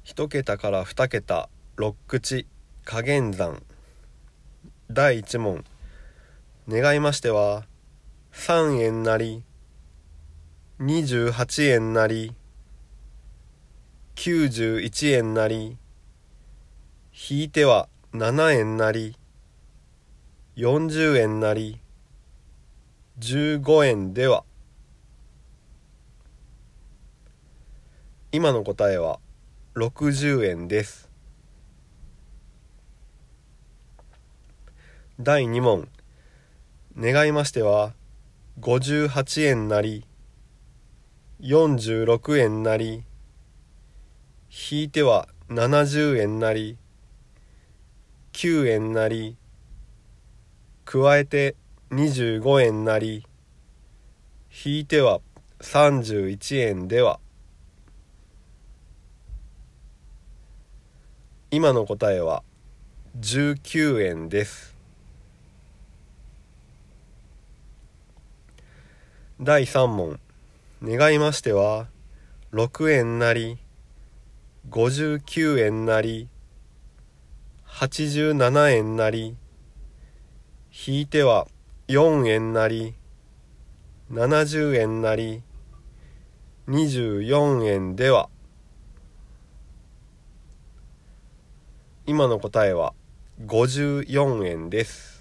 一桁から二桁六口加減算。第一問。願いましては3円なり28円なり91円なり、引いては7円なり40円なり15円では。今の答えは60円です。第2問。願いましては58円なり46円なり、引いては70円なり9円なり、加えて25円なり、引いては31円では。今の答えは19円です。第3問。願いましては6円なり59円なり87円なり、引いては4円なり70円なり24円では。今の答えは54円です。